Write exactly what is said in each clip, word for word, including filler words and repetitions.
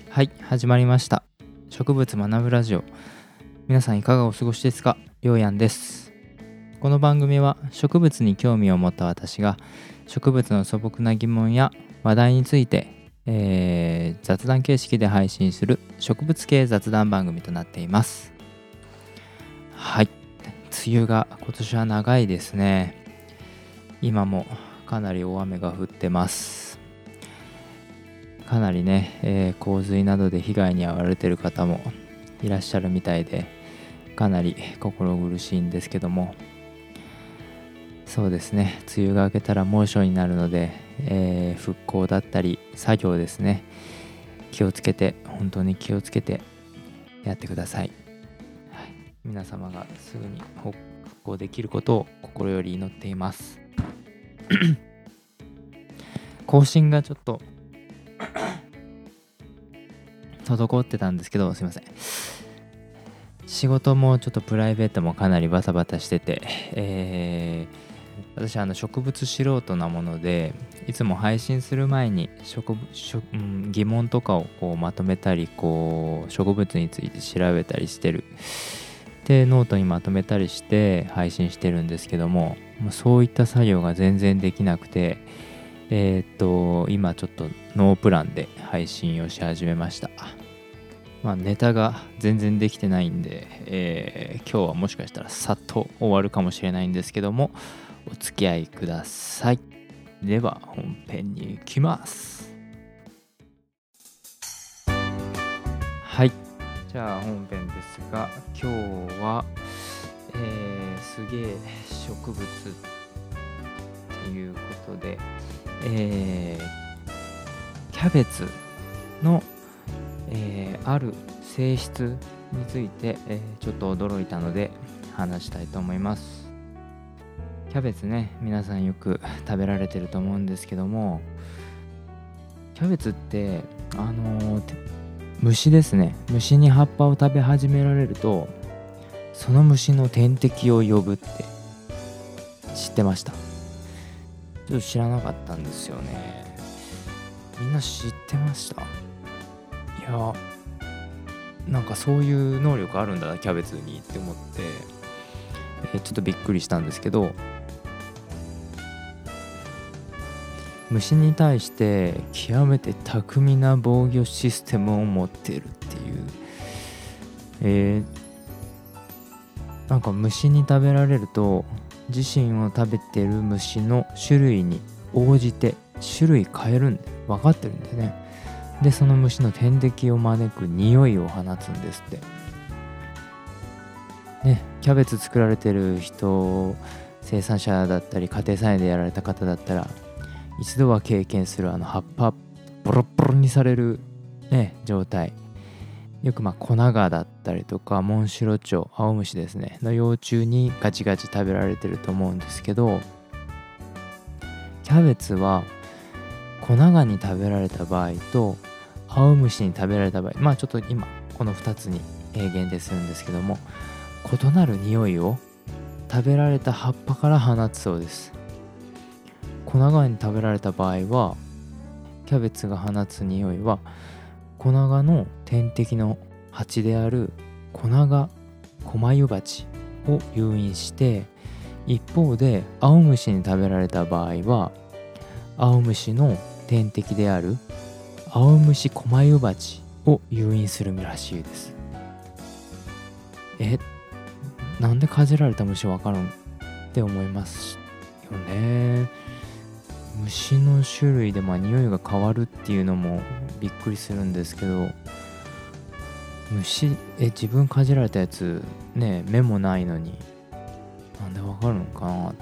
はい、始まりました。植物学ぶラジオ。皆さんいかがお過ごしですか？りょうやんです。この番組は植物に興味を持った私が植物の素朴な疑問や話題について、えー、雑談形式で配信する植物系雑談番組となっています。はい、梅雨が今年は長いですね。今もかなり大雨が降ってます。かなりね、えー、洪水などで被害に遭われている方もいらっしゃるみたいで、かなり心苦しいんですけども、そうですね、梅雨が明けたら猛暑になるので、えー、復興だったり作業ですね、気をつけて本当に気をつけてやってください。はい、皆様がすぐに復興できることを心より祈っています。更新がちょっと滞ってたんですけど、すいません。仕事もちょっとプライベートもかなりバタバタしてて、えー、私はあの植物素人なもので、いつも配信する前に植物、植うん、疑問とかをこうまとめたり、こう植物について調べたりしてるで、ノートにまとめたりして配信してるんですけども、そういった作業が全然できなくて、えー、っと今ちょっとノープランで配信をし始めました。まあ、ネタが全然できてないんで、えー、今日はもしかしたらさっと終わるかもしれないんですけども、お付き合いください。では本編に行きます。はい、じゃあ本編ですが、今日は、えー、すげえ植物ということで、えー、キャベツのえー、ある性質について、えー、ちょっと驚いたので話したいと思います。キャベツね、皆さんよく食べられてると思うんですけども、キャベツってあのー、虫ですね。虫に葉っぱを食べ始められると、その虫の天敵を呼ぶって知ってました？ちょっと知らなかったんですよね。みんな知ってました？いや、なんかそういう能力あるんだなキャベツにって思って、えー、ちょっとびっくりしたんですけど、虫に対して極めて巧みな防御システムを持っているっていう、えー、なんか虫に食べられると自身を食べてる虫の種類に応じて種類変えるんで分かってるんでね。でその虫の天敵を招く匂いを放つんですってね。キャベツ作られてる人、生産者だったり家庭菜園でやられた方だったら一度は経験するあの葉っぱボロッボロにされる、ね、状態、よくまあ粉がだったりとかモンシロチョウ、青虫ですねの幼虫にガチガチ食べられてると思うんですけど、キャベツは粉がに食べられた場合と青虫に食べられた場合、まあちょっと今このふたつに限定するんですけども、異なる匂いを食べられた葉っぱから放つそうです。粉がに食べられた場合は、キャベツが放つ匂いは粉がの天敵の蜂である粉がコマユバチを誘引して、一方で青虫に食べられた場合は青虫の天敵である青虫コマユバチを誘引するらしいです。え、なんでかじられた虫わかるんって思いますよね。虫の種類でまあ匂いが変わるっていうのもびっくりするんですけど、虫、え、自分かじられたやつね、目もないのになんでわかるのかな。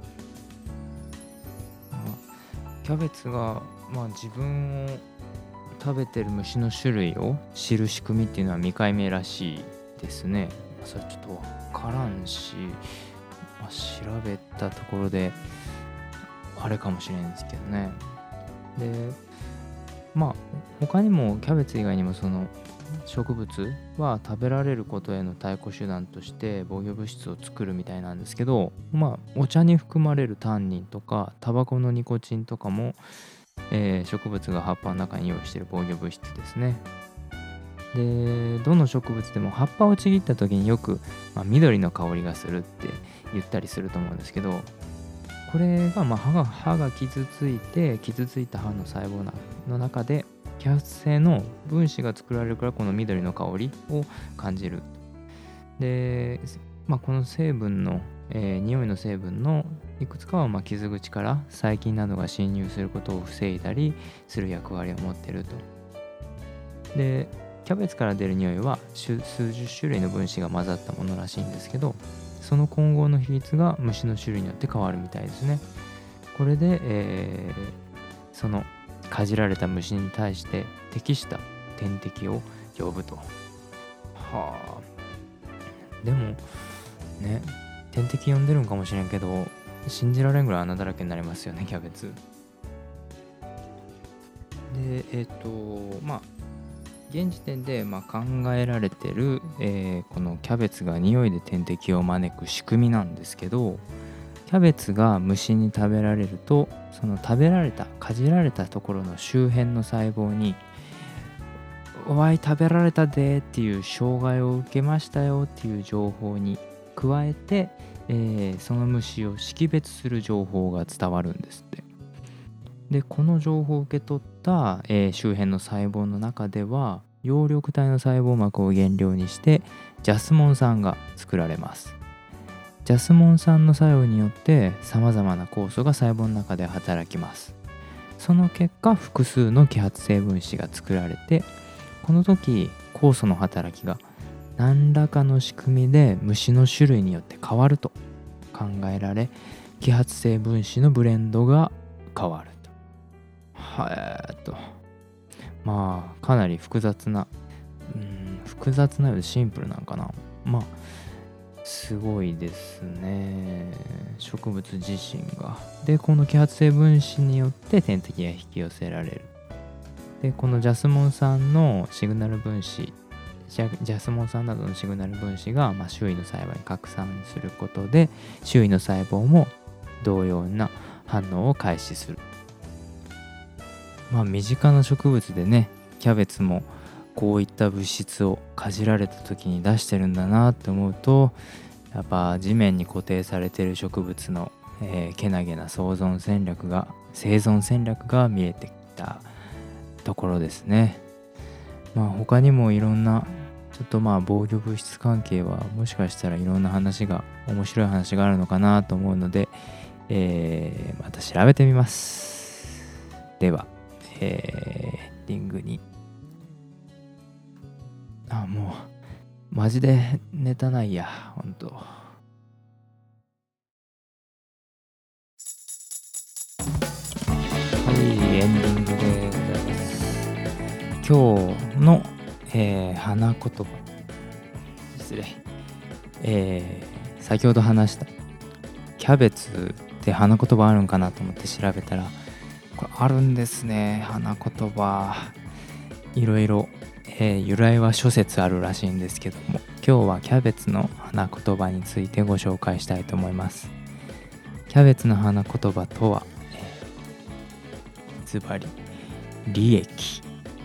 キャベツがまあ自分を食べてる虫の種類を知る仕組みっていうのは未解明らしいですね。それちょっとわからんし、まあ、調べたところであれかもしれないんですけどね。で、まあ他にもキャベツ以外にもその植物は食べられることへの対抗手段として防御物質を作るみたいなんですけど、まあお茶に含まれるタンニンとかタバコのニコチンとかも、えー、植物が葉っぱの中に用意している防御物質ですね。 でどの植物でも葉っぱをちぎった時によく、まあ、緑の香りがするって言ったりすると思うんですけど、これがまあ歯が歯が傷ついて傷ついた歯の細胞の中で揮発性の分子が作られるから、この緑の香りを感じる。で、まあ、この成分の、えー、匂いの成分のいくつかはまあ傷口から細菌などが侵入することを防いだりする役割を持っていると。でキャベツから出る匂いは数十種類の分子が混ざったものらしいんですけど、その混合の比率が虫の種類によって変わるみたいですね。これで、えー、そのかじられた虫に対して適した天敵を呼ぶと。はあ。でもね、天敵呼んでるんかもしれんけど、信じられんぐらい穴だらけになりますよね、キャベツ。で、えっ、ー、と、まあ、現時点でまあ考えられてる、えー、このキャベツが匂いで天敵を招く仕組みなんですけど、キャベツが虫に食べられると、その食べられたかじられたところの周辺の細胞におわい食べられたでっていう障害を受けましたよっていう情報に加えて、えー、その虫を識別する情報が伝わるんですって。でこの情報を受け取った、えー、周辺の細胞の中では葉緑体の細胞膜を原料にしてジャスモン酸が作られます。ジャスモン酸の作用によってさまざまな酵素が細胞の中で働きます。その結果複数の揮発性分子が作られて、この時酵素の働きが何らかの仕組みで虫の種類によって変わると考えられ、揮発性分子のブレンドが変わると。はえーっとまあかなり複雑な、うーん複雑なようでシンプルなんかな。まあすごいですね、植物自身が。でこの揮発性分子によって天敵が引き寄せられる。でこのジャスモン酸のシグナル分子、ジャジャスモン酸などのシグナル分子が、まあ、周囲の細胞に拡散することで周囲の細胞も同様な反応を開始する。まあ身近な植物でね、キャベツもこういった物質をかじられた時に出してるんだなって思うと、やっぱ地面に固定されている植物の、えー、けなげな生存戦略が生存戦略が見えてきたところですね。まあ他にもいろんなちょっとまあ防御物質関係はもしかしたらいろんな話が面白い話があるのかなと思うので、えー、また調べてみます。では、えー、エンディングにあもうマジでネタないやほんと。はいエンディングでございます。今日の、えー、花言葉失礼、えー、先ほど話したキャベツって花言葉あるんかなと思って調べたら、これあるんですね。花言葉いろいろ、えー、由来は諸説あるらしいんですけども、今日はキャベツの花言葉についてご紹介したいと思います。キャベツの花言葉とは、えー、ズバリ利益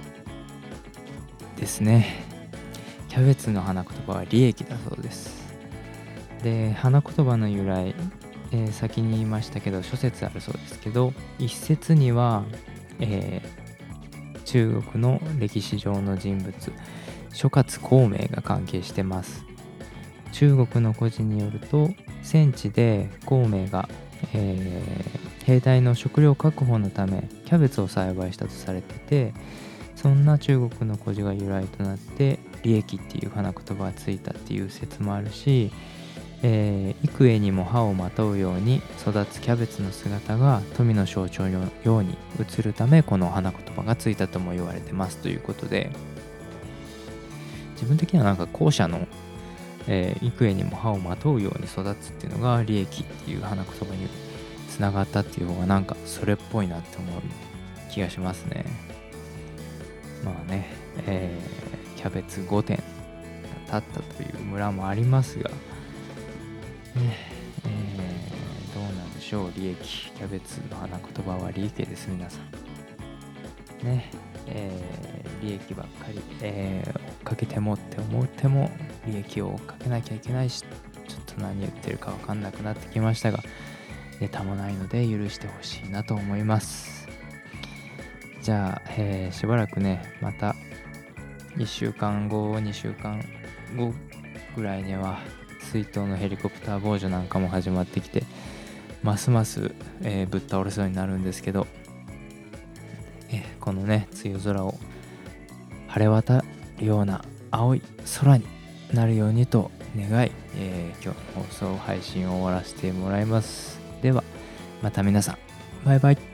ですね。キャベツの花言葉は利益だそうです。で花言葉の由来、えー、先に言いましたけど諸説あるそうですけど、一説には、えー、中国の歴史上の人物諸葛孔明が関係してます。中国の故事によると戦地で孔明が、えー、兵隊の食料確保のためキャベツを栽培したとされてて、そんな中国の故事が由来となって利益っていう花言葉がついたっていう説もあるし、えー、幾重にも葉をまとうように育つキャベツの姿が富の象徴のように映るため、この花言葉がついたとも言われてますということで、自分的にはなんか後者の、えー、幾重にも葉をまとうように育つっていうのが利益っていう花言葉につながったっていう方がなんかそれっぽいなって思う気がしますね。まあね、えー、キャベツごてん立ったという村もありますが、ねえー、どうなんでしょう。利益、キャベツの花言葉は利益です皆さんね。えー、利益ばっかり、えかけてもって思っても利益を追っかけなきゃいけないし、ちょっと何言ってるか分かんなくなってきましたが、ネタもないので許してほしいなと思います。じゃあ、えーしばらくね、またいっしゅうかんごにしゅうかんごぐらいには水筒のヘリコプター防除なんかも始まってきて、ますます、えーぶっ倒れそうになるんですけど、えーこのね梅雨空を晴れ渡るような青い空になるようにと願い、えー今日の放送配信を終わらせてもらいます。ではまた皆さん、バイバイ。